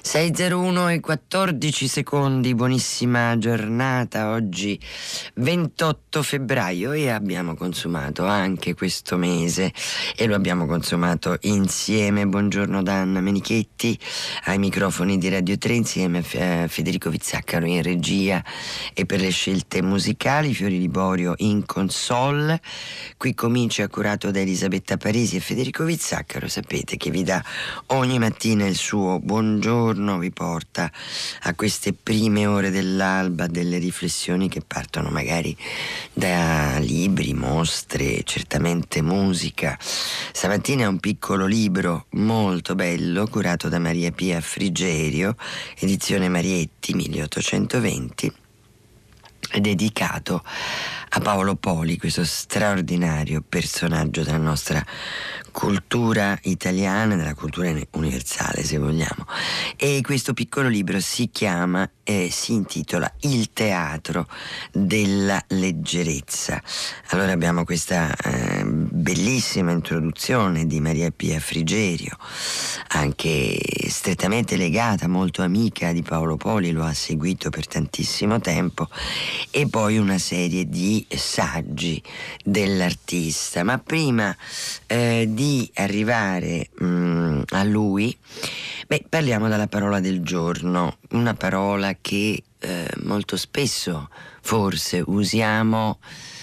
6:01 e 14 secondi, buonissima giornata, oggi 28 febbraio e abbiamo consumato anche questo mese e lo abbiamo consumato insieme. Buongiorno da Anna Menichetti ai microfoni di Radio 3 insieme a Federico Vizzaccaro in regia e per le scelte musicali, Fiori Liborio in console. Qui comincia curato da Elisabetta Parisi e Federico Vizzaccaro, sapete che vi dà ogni mattina il suo buongiorno, vi porta a queste prime ore dell'alba delle riflessioni che partono magari da libri, mostre, certamente musica. Stamattina è un piccolo libro molto bello curato da Maria Pia Frigerio, edizione Marietti 1820, dedicato a Paolo Poli, questo straordinario personaggio della nostra cultura italiana, della cultura universale se vogliamo. E questo piccolo libro si intitola Il teatro della leggerezza. Allora abbiamo questa bellissima introduzione di Maria Pia Frigerio, anche strettamente legata, molto amica di Paolo Poli, lo ha seguito per tantissimo tempo, e poi una serie di saggi dell'artista. Ma prima di arrivare a lui, parliamo della parola del giorno, una parola che molto spesso forse usiamo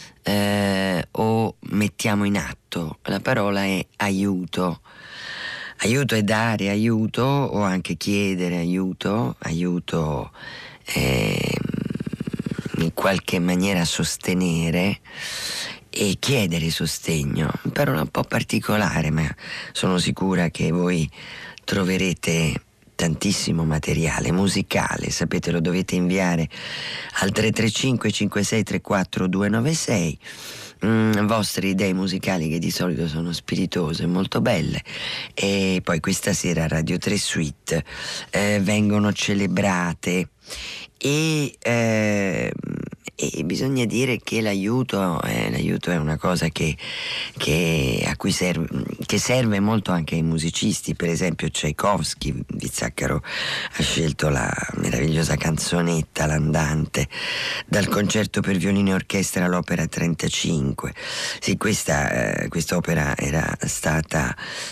o mettiamo in atto. La parola è aiuto. Aiuto è dare aiuto o anche chiedere aiuto, in qualche maniera sostenere e chiedere sostegno. Parola un po' particolare, ma sono sicura che voi troverete tantissimo materiale musicale. Sapete, lo dovete inviare al 335 5634 296. Vostre idee musicali che di solito sono spiritose, molto belle, e poi questa sera a Radio 3 Suite vengono celebrate e bisogna dire che l'aiuto è una cosa che serve molto anche ai musicisti. Per esempio Tchaikovsky, Vizzaccaro ha scelto la meravigliosa canzonetta L'Andante dal concerto per violino e orchestra all'opera 35. Sì, quest'opera era stata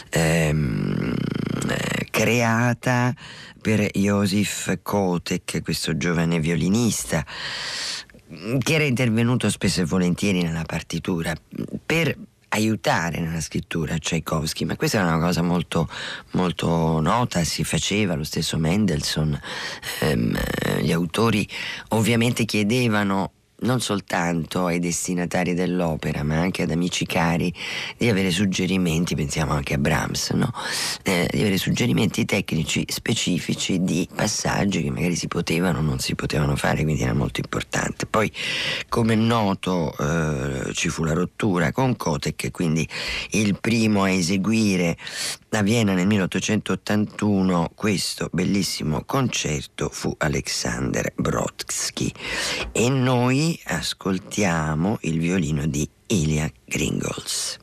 creata per Josif Kotek, questo giovane violinista che era intervenuto spesso e volentieri nella partitura per aiutare nella scrittura Tchaikovsky, ma questa è una cosa molto, molto nota, si faceva, lo stesso Mendelssohn, gli autori ovviamente chiedevano non soltanto ai destinatari dell'opera ma anche ad amici cari di avere suggerimenti, pensiamo anche a Brahms, no? Di avere suggerimenti tecnici specifici di passaggi che magari si potevano o non si potevano fare, quindi era molto importante. Poi, come è noto, ci fu la rottura con Kotek, quindi il primo a eseguire a Vienna nel 1881 questo bellissimo concerto fu Alexander Brodsky, e noi ascoltiamo il violino di Ilya Gringols.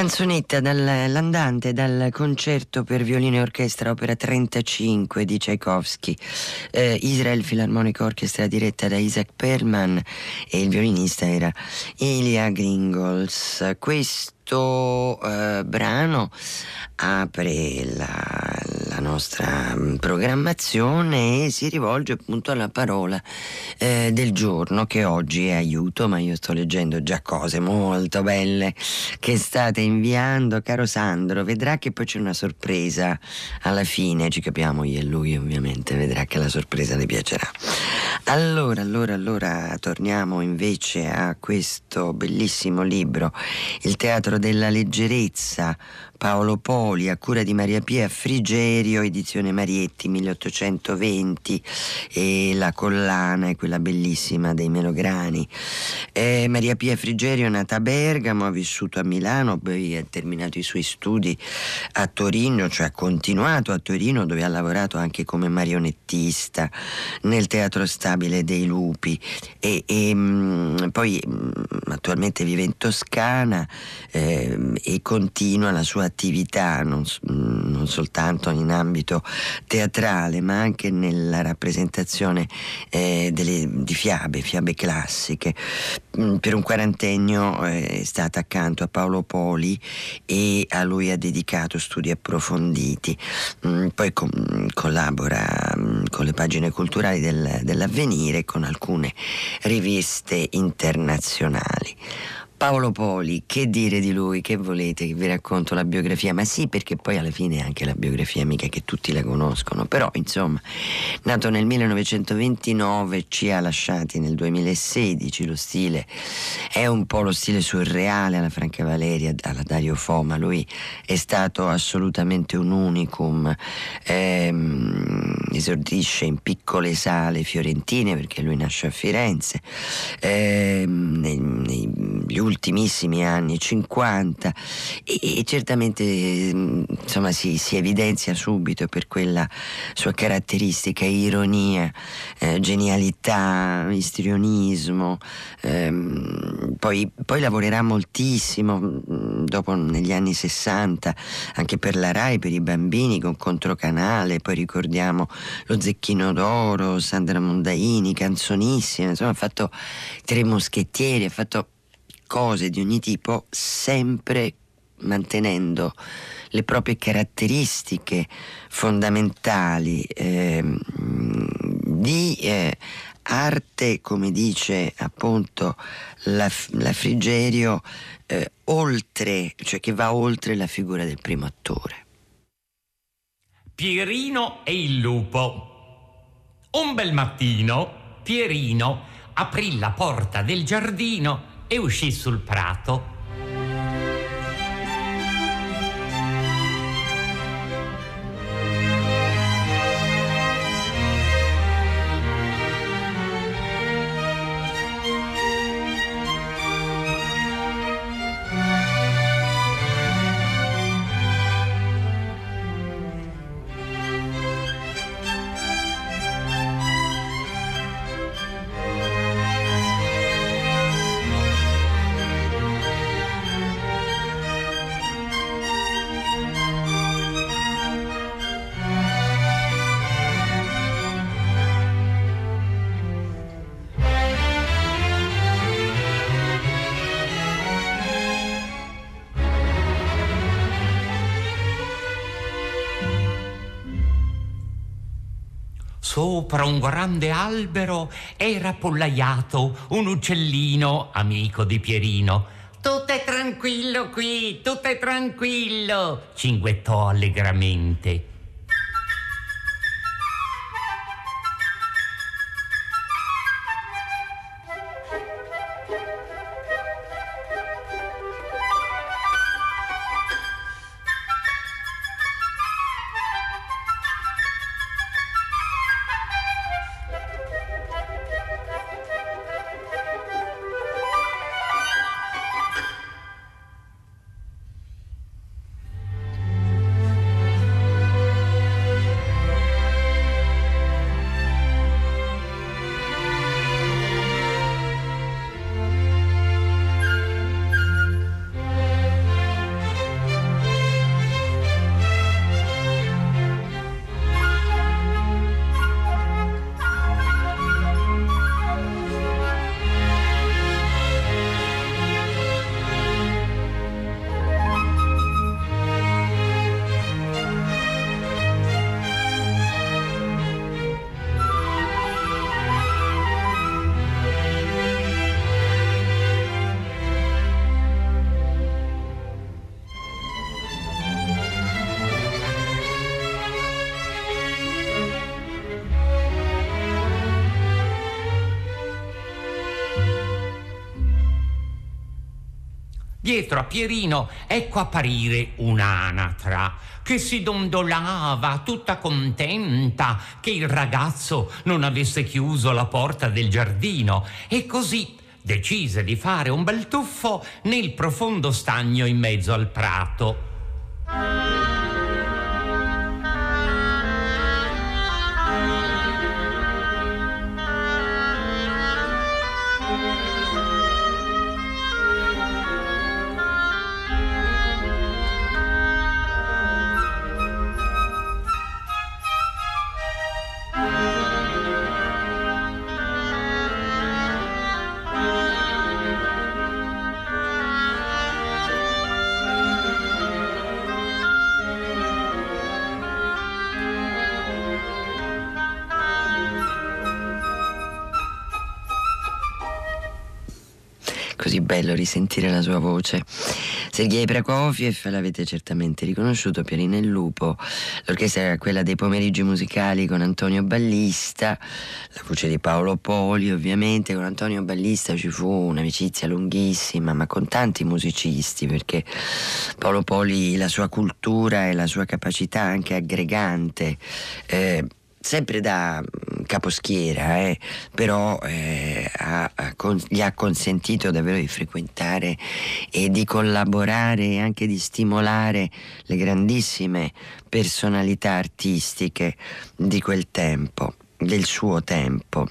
Canzonetta dall'andante dal concerto per violino e orchestra opera 35 di Tchaikovsky, Israel Philharmonic Orchestra diretta da Isaac Perlman, e il violinista era Ilya Gringols. Questo brano apre la nostra programmazione e si rivolge appunto alla parola del giorno, che oggi è aiuto, ma io sto leggendo già cose molto belle che state inviando, caro Sandro. Vedrà che poi c'è una sorpresa alla fine, ci capiamo io e lui ovviamente, vedrà che la sorpresa le piacerà. Allora torniamo invece a questo bellissimo libro, Il teatro della leggerezza, Paolo Poli, a cura di Maria Pia Frigerio, edizione Marietti 1820, e la collana è quella bellissima dei Melograni. Maria Pia Frigerio è nata a Bergamo, ha vissuto a Milano, poi ha terminato i suoi studi a Torino, cioè ha continuato a Torino, dove ha lavorato anche come marionettista nel Teatro Stabile dei Lupi, e poi attualmente vive in Toscana e continua la sua attività non soltanto in ambito teatrale, ma anche nella rappresentazione di fiabe classiche. Per un quarantennio è stata accanto a Paolo Poli e a lui ha dedicato studi approfonditi. Poi collabora con le pagine culturali dell'Avvenire e con alcune riviste internazionali. Paolo Poli, che dire di lui? Che volete che vi racconto la biografia? Ma sì, perché poi alla fine è anche la biografia, mica che tutti la conoscono, però insomma, nato nel 1929, ci ha lasciati nel 2016. Lo stile è un po' lo stile surreale alla Franca Valeria, alla Dario Fo, ma lui è stato assolutamente un unicum. Esordisce in piccole sale fiorentine, perché lui nasce a Firenze, negli ultimissimi anni 50, e certamente insomma si evidenzia subito per quella sua caratteristica ironia, genialità, istrionismo. Poi lavorerà moltissimo dopo, negli anni 60, anche per la Rai, per i bambini, con Controcanale. Poi ricordiamo Lo Zecchino d'Oro, Sandra Mondaini, canzonissime, insomma ha fatto Tre Moschettieri, ha fatto cose di ogni tipo, sempre mantenendo le proprie caratteristiche fondamentali di arte, come dice appunto la Frigerio, oltre, cioè che va oltre la figura del primo attore. Pierino e il lupo. Un bel mattino Pierino aprì la porta del giardino e uscì sul prato. Sopra un grande albero era appollaiato un uccellino amico di Pierino. «Tutto è tranquillo qui, tutto è tranquillo», cinguettò allegramente. Dietro a Pierino ecco apparire un'anatra che si dondolava tutta contenta che il ragazzo non avesse chiuso la porta del giardino, e così decise di fare un bel tuffo nel profondo stagno in mezzo al prato. Così bello risentire la sua voce. Sergei Prokofiev, l'avete certamente riconosciuto, Pierino e il Lupo. L'orchestra era quella dei Pomeriggi Musicali con Antonio Ballista, la voce di Paolo Poli ovviamente. Con Antonio Ballista ci fu un'amicizia lunghissima, ma con tanti musicisti, perché Paolo Poli, la sua cultura e la sua capacità anche aggregante, sempre da caposchiera, però gli ha consentito davvero di frequentare e di collaborare e anche di stimolare le grandissime personalità artistiche di quel tempo, del suo tempo.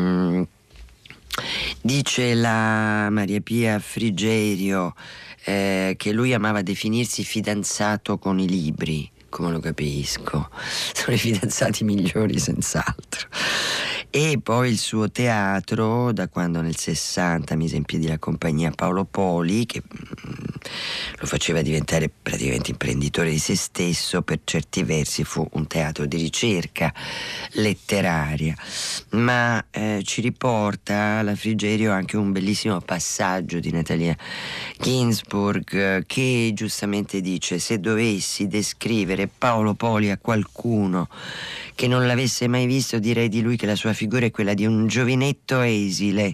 Dice la Maria Pia Frigerio che lui amava definirsi fidanzato con i libri. Come lo capisco, sono i fidanzati migliori senz'altro. E poi il suo teatro, da quando nel 60 mise in piedi la compagnia Paolo Poli, che lo faceva diventare praticamente imprenditore di se stesso, per certi versi fu un teatro di ricerca letteraria, ma ci riporta la Frigerio anche un bellissimo passaggio di Natalia Ginzburg, che giustamente dice: se dovessi descrivere Paolo Poli a qualcuno che non l'avesse mai visto, direi di lui che la sua figura è quella di un giovinetto esile.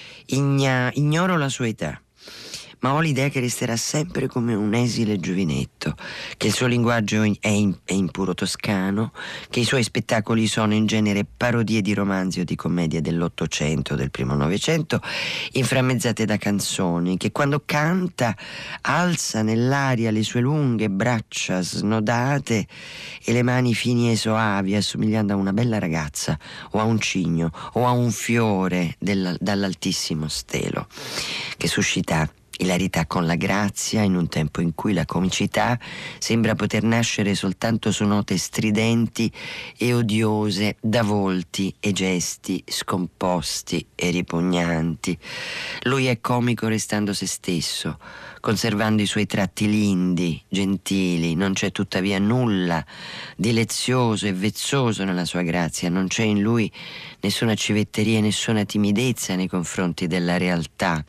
Ignoro la sua età, ma ho l'idea che resterà sempre come un esile giovinetto, che il suo linguaggio è in puro toscano, che i suoi spettacoli sono in genere parodie di romanzi o di commedie dell'Ottocento, del primo Novecento, inframmezzate da canzoni, che quando canta alza nell'aria le sue lunghe braccia snodate e le mani fini e soavi, assomigliando a una bella ragazza o a un cigno o a un fiore dall'altissimo stelo, che suscita ilarità con la grazia in un tempo in cui la comicità sembra poter nascere soltanto su note stridenti e odiose da volti e gesti scomposti e ripugnanti. Lui è comico restando se stesso, conservando i suoi tratti lindi, gentili. Non c'è tuttavia nulla di lezioso e vezzoso nella sua grazia, non c'è in lui nessuna civetteria e nessuna timidezza nei confronti della realtà.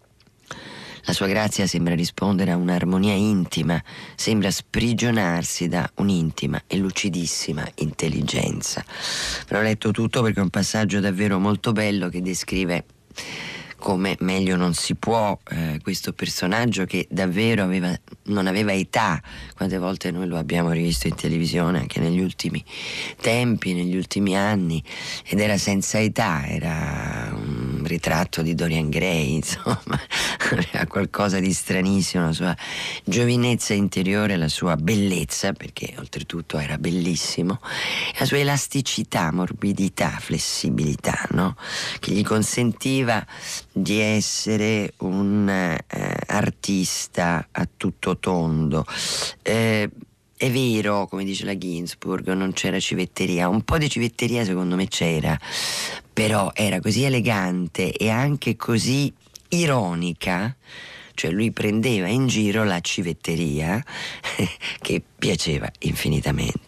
La sua grazia sembra rispondere a un'armonia intima, sembra sprigionarsi da un'intima e lucidissima intelligenza. L'ho letto tutto perché è un passaggio davvero molto bello che descrive come meglio non si può questo personaggio che davvero non aveva età. Quante volte noi lo abbiamo rivisto in televisione anche negli ultimi tempi, negli ultimi anni, ed era senza età, era un ritratto di Dorian Gray, insomma, aveva qualcosa di stranissimo, la sua giovinezza interiore, la sua bellezza, perché oltretutto era bellissimo, la sua elasticità, morbidità, flessibilità, no? Che gli consentiva di essere un artista a tutto tondo. È vero, come dice la Ginzburg, non c'era civetteria. Un po' di civetteria secondo me c'era, però era così elegante e anche così ironica, cioè lui prendeva in giro la civetteria che piaceva infinitamente.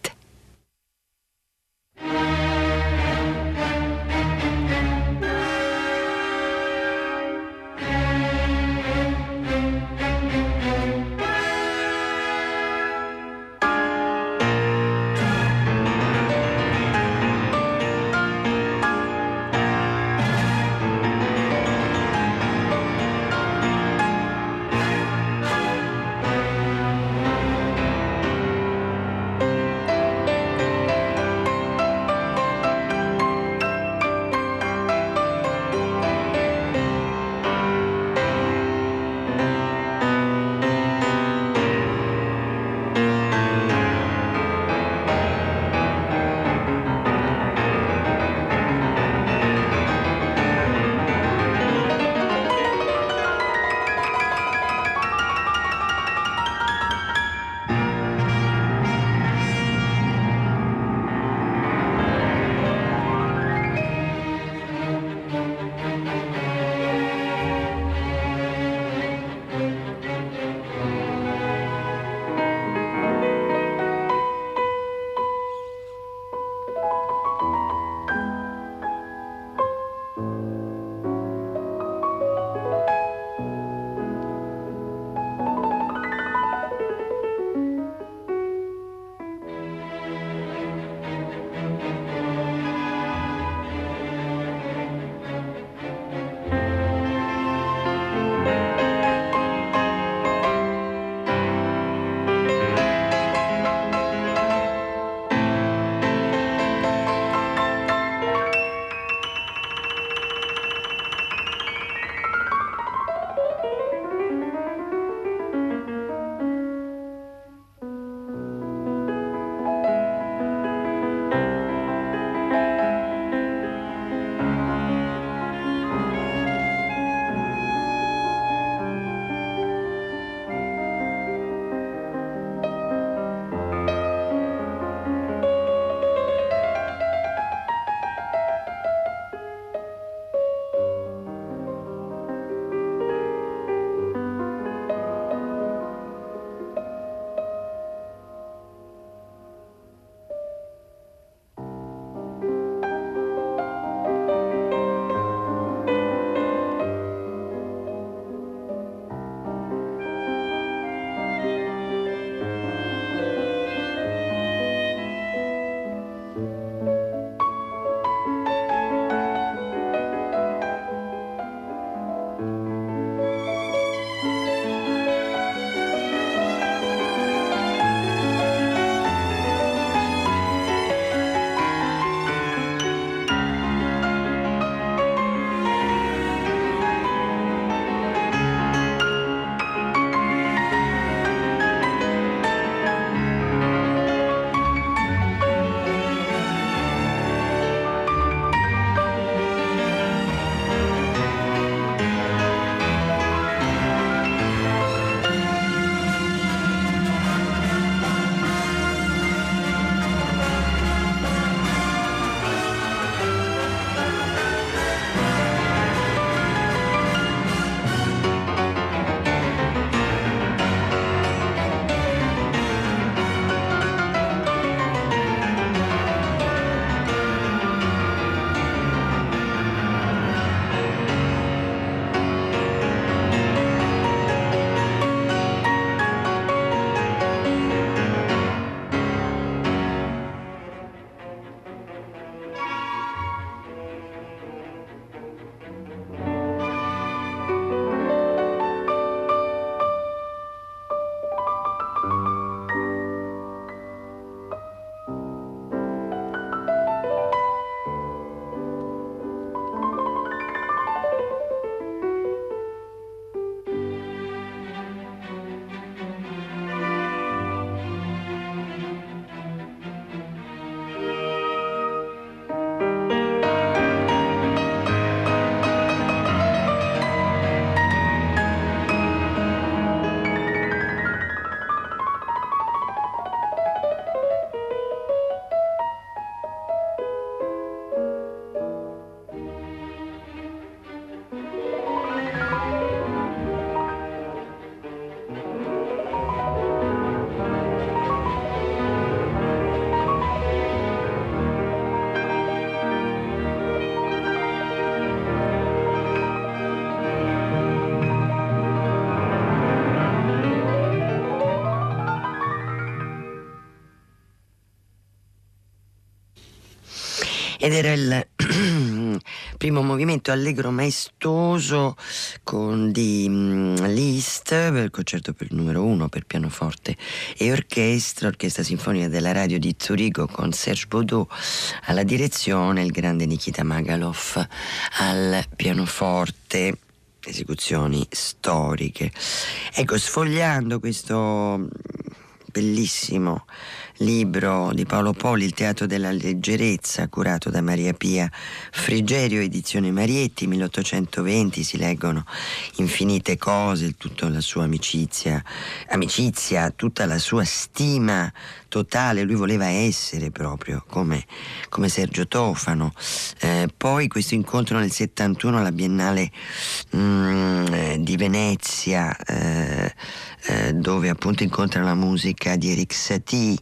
ed era il primo movimento allegro maestoso di Liszt, per il concerto per il numero 1 per pianoforte e orchestra sinfonica della radio di Zurigo, con Serge Baudot alla direzione, il grande Nikita Magalov al pianoforte. Esecuzioni storiche. Ecco, sfogliando questo bellissimo libro di Paolo Poli, Il teatro della leggerezza, curato da Maria Pia Frigerio, edizione Marietti, 1820, si leggono infinite cose, tutta la sua amicizia, tutta la sua stima totale. Lui voleva essere proprio come Sergio Tofano. Poi questo incontro nel 71 alla Biennale di Venezia, dove appunto incontra la musica di Erik Satie,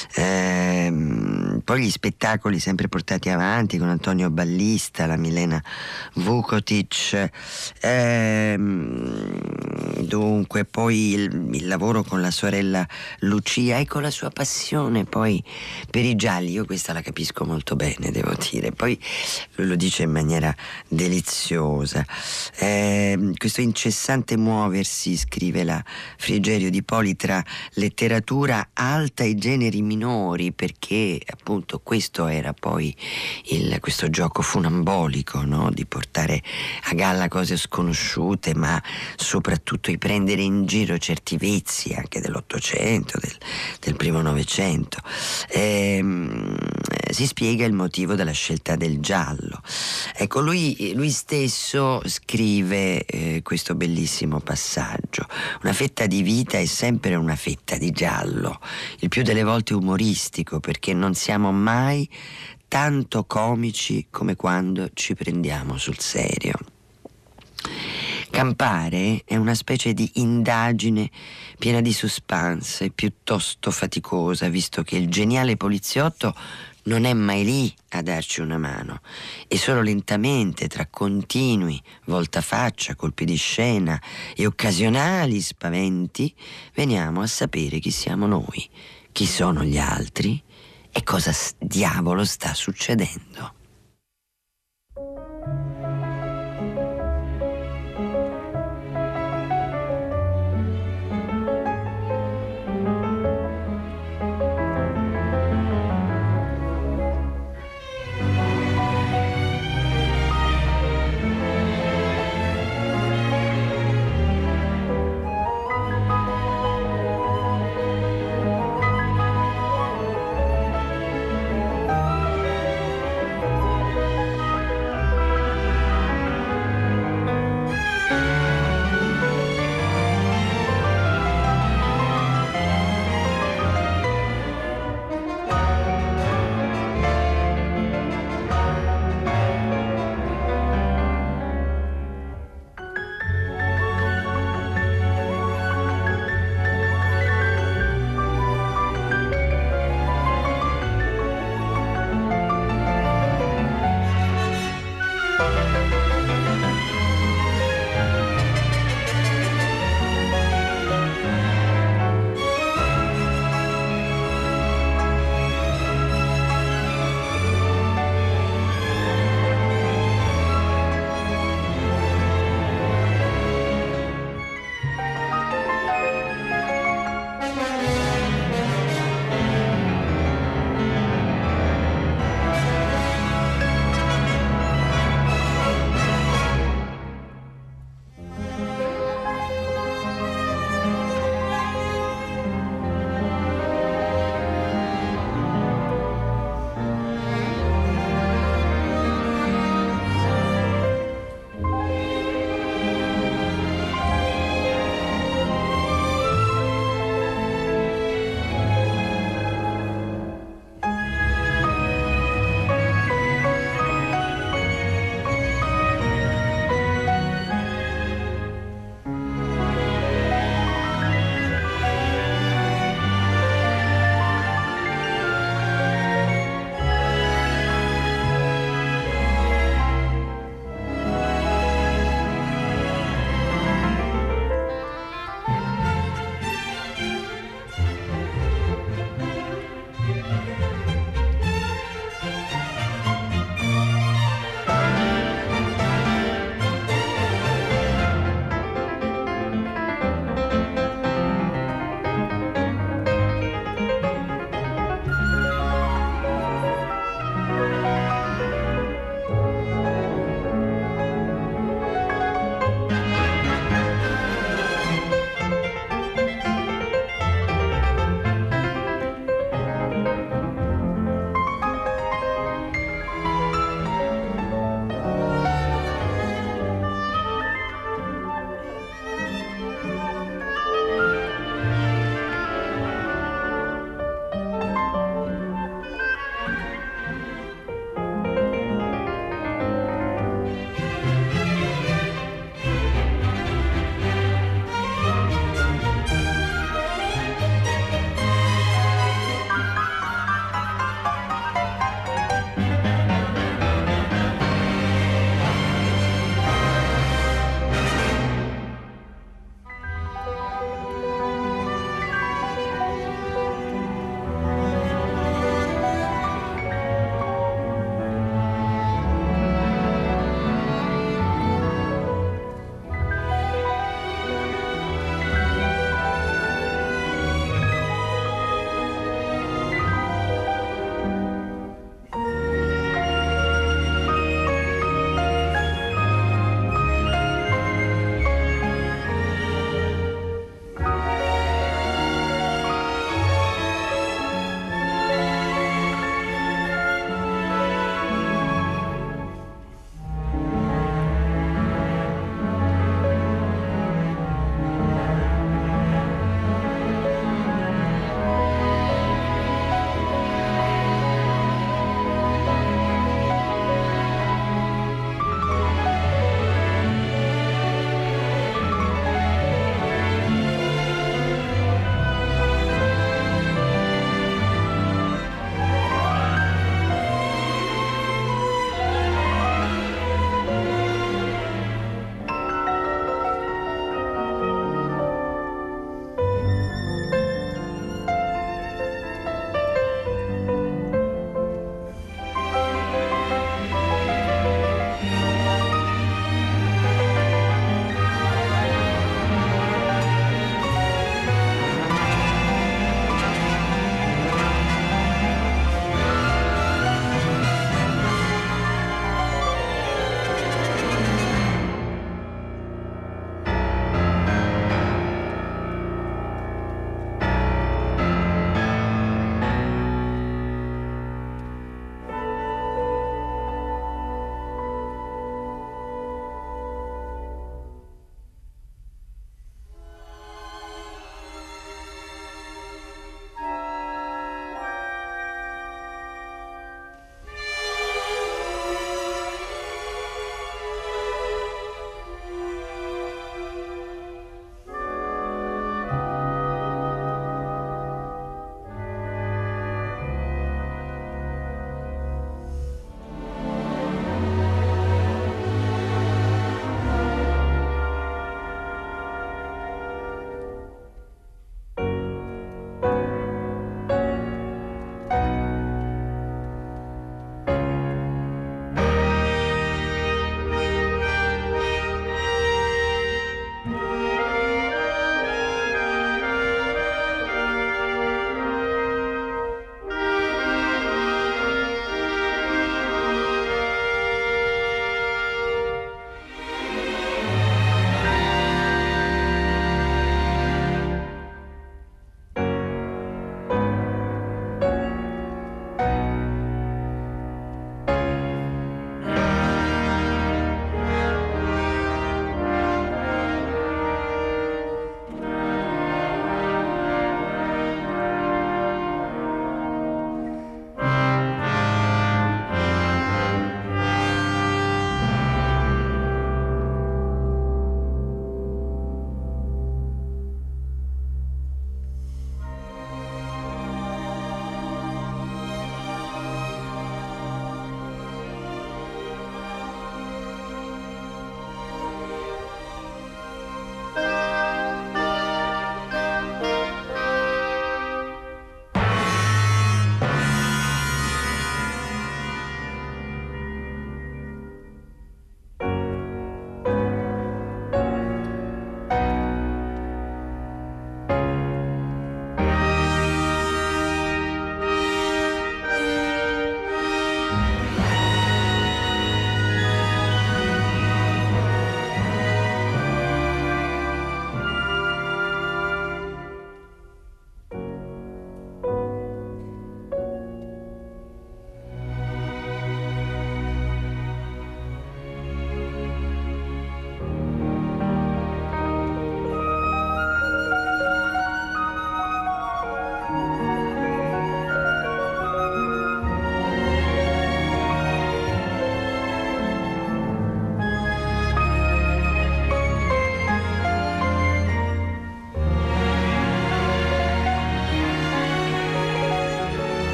poi gli spettacoli sempre portati avanti con Antonio Ballista, la Milena Vukotic, dunque poi il lavoro con la sorella Lucia, ecco la sua passione poi per i gialli. Io questa la capisco molto bene, devo dire, poi lui lo dice in maniera deliziosa. Questo incessante muoversi, scrive la Frigerio, di Poli tra letteratura alta e generi minori, perché appunto questo era poi questo gioco funambolico, no? Di portare a galla cose sconosciute, ma soprattutto di prendere in giro certi vizi anche dell'Ottocento, del primo Novecento. Si spiega il motivo della scelta del giallo. Ecco, lui stesso scrive questo bellissimo passaggio: una fetta di vita è sempre una fetta di giallo, il più delle volte umoristico, perché non siamo mai tanto comici come quando ci prendiamo sul serio. Campare è una specie di indagine piena di suspense, piuttosto faticosa, visto che il geniale poliziotto non è mai lì a darci una mano, e solo lentamente, tra continui voltafaccia, colpi di scena e occasionali spaventi, veniamo a sapere chi siamo noi, chi sono gli altri e cosa diavolo sta succedendo.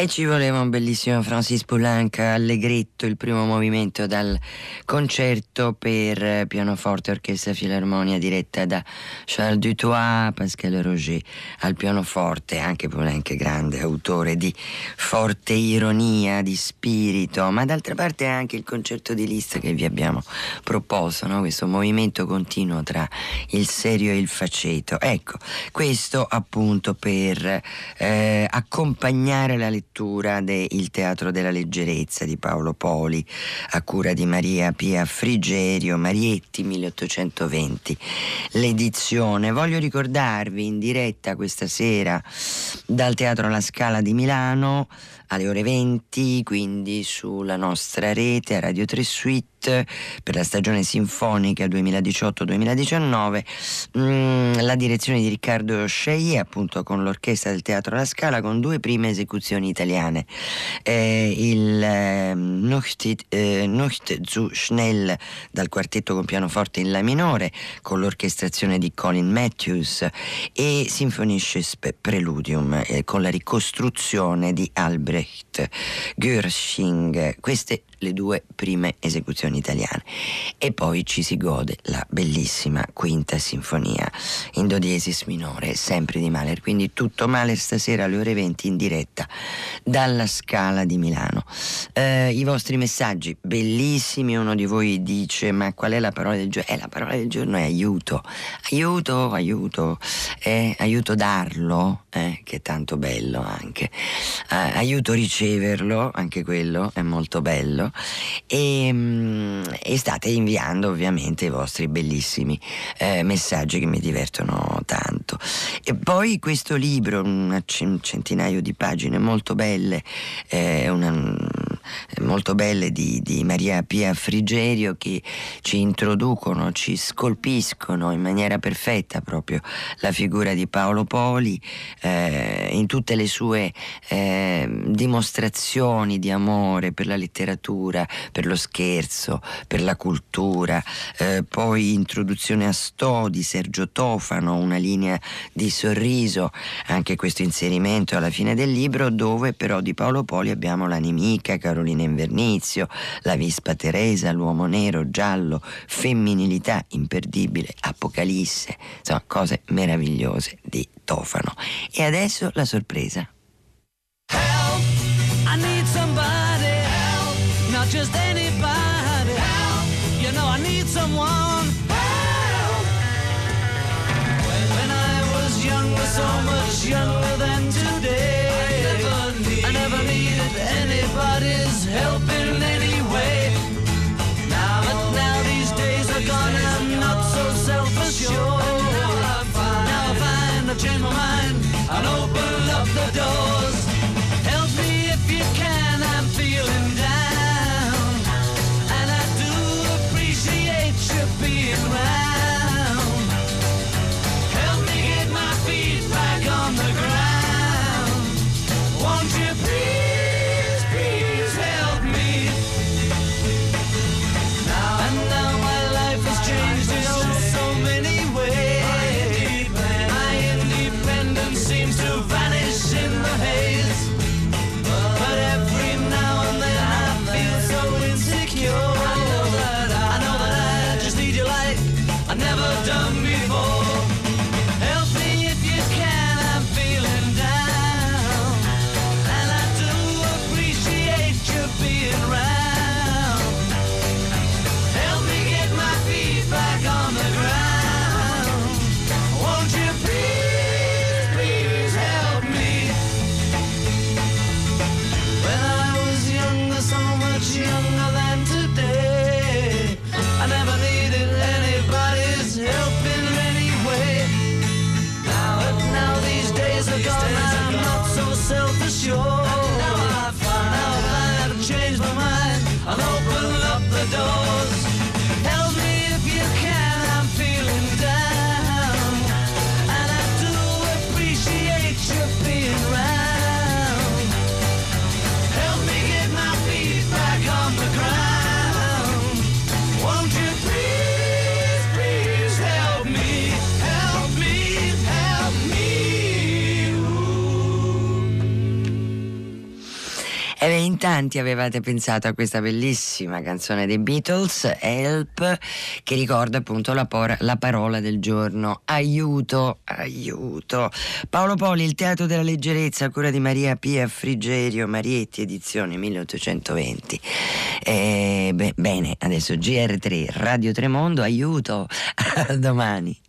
E ci voleva un bellissimo Francis Poulenc, allegretto, il primo movimento dal concerto per pianoforte e orchestra filarmonia diretta da Charles Dutoit, Pascal Roger al pianoforte, anche Poulenc grande autore di forte ironia, di spirito, ma d'altra parte anche il concerto di Liszt che vi abbiamo proposto, no? Questo movimento continuo tra il serio e il faceto. Ecco, questo appunto per accompagnare la lettura del Teatro della leggerezza di Paolo Poli a cura di Maria Pia Frigerio, Marietti 1820 l'edizione. Voglio ricordarvi in diretta questa sera dal Teatro La Scala di Milano alle ore 20, quindi sulla nostra rete a Radio 3 Suite per la stagione sinfonica 2018-2019, la direzione di Riccardo Sceie, appunto con l'orchestra del Teatro La Scala, con 2 prime esecuzioni italiane, il Nacht zu Schnell dal quartetto con pianoforte in La minore con l'orchestrazione di Colin Matthews e Sinfonisches Preludium con la ricostruzione di Albrecht Gershwin. Queste le 2 prime esecuzioni italiane, e poi ci si gode la bellissima quinta sinfonia in do diesis minore, sempre di Mahler. Quindi tutto Mahler stasera alle ore 20 in diretta dalla Scala di Milano. I vostri messaggi bellissimi. Uno di voi dice: ma qual è la parola del giorno? La parola del giorno è aiuto, aiuto darlo, che è tanto bello anche, aiuto riceverlo, anche quello è molto bello. E state inviando ovviamente i vostri bellissimi messaggi che mi divertono tanto. E poi questo libro, un centinaio di pagine molto belle, molto belle di Maria Pia Frigerio, che ci introducono, ci scolpiscono in maniera perfetta proprio la figura di Paolo Poli in tutte le sue dimostrazioni di amore per la letteratura, per lo scherzo, per la cultura. Poi introduzione a Sto di Sergio Tofano, una linea di sorriso, anche questo inserimento alla fine del libro, dove però di Paolo Poli abbiamo La nemica, Carolina Invernizio, La Vispa Teresa, L'uomo nero, Giallo, Femminilità imperdibile, Apocalisse, insomma cose meravigliose di Tofano. E adesso la sorpresa. Help, I need somebody, help, not just anybody, help, you know I need someone, help. When I was younger, so much younger than today, I never needed anybody's help in any way. But now these days are gone, I'm not so self-assured. Now I find I've changed my mind and opened up the doors. Help me if you can, I'm feeling down, and I do appreciate you being around. Help me get my feet back on the ground. Won't you please, please help me? Now my life has changed in so many ways. My independence seems to vanish in the haze. But every now and then I feel so insecure. I know that I just need you like I've never done before. Help me if you can, I'm feeling down, and I do appreciate you being around. Help me get my feet back on the ground. Won't you please, please help me? When I was younger, so much younger than today, I never needed anybody's help in any way. But now these days are gone, I'm not so self-assured. Now I find I've changed my mind, I'll open up the doors. Help me if you can, I'm feeling down, and I do appreciate you being around. Help me get my feet back on the ground. Won't you please, please help me? Help me, help me. Ooh. E in tanti avevate pensato a questa bellissima canzone dei Beatles, Help, che ricorda appunto la parola del giorno, aiuto, aiuto. Paolo Poli, Il teatro della leggerezza, a cura di Maria Pia Frigerio Marietti, edizione 1820. Bene, adesso GR3, Radio Tremondo, aiuto, a domani.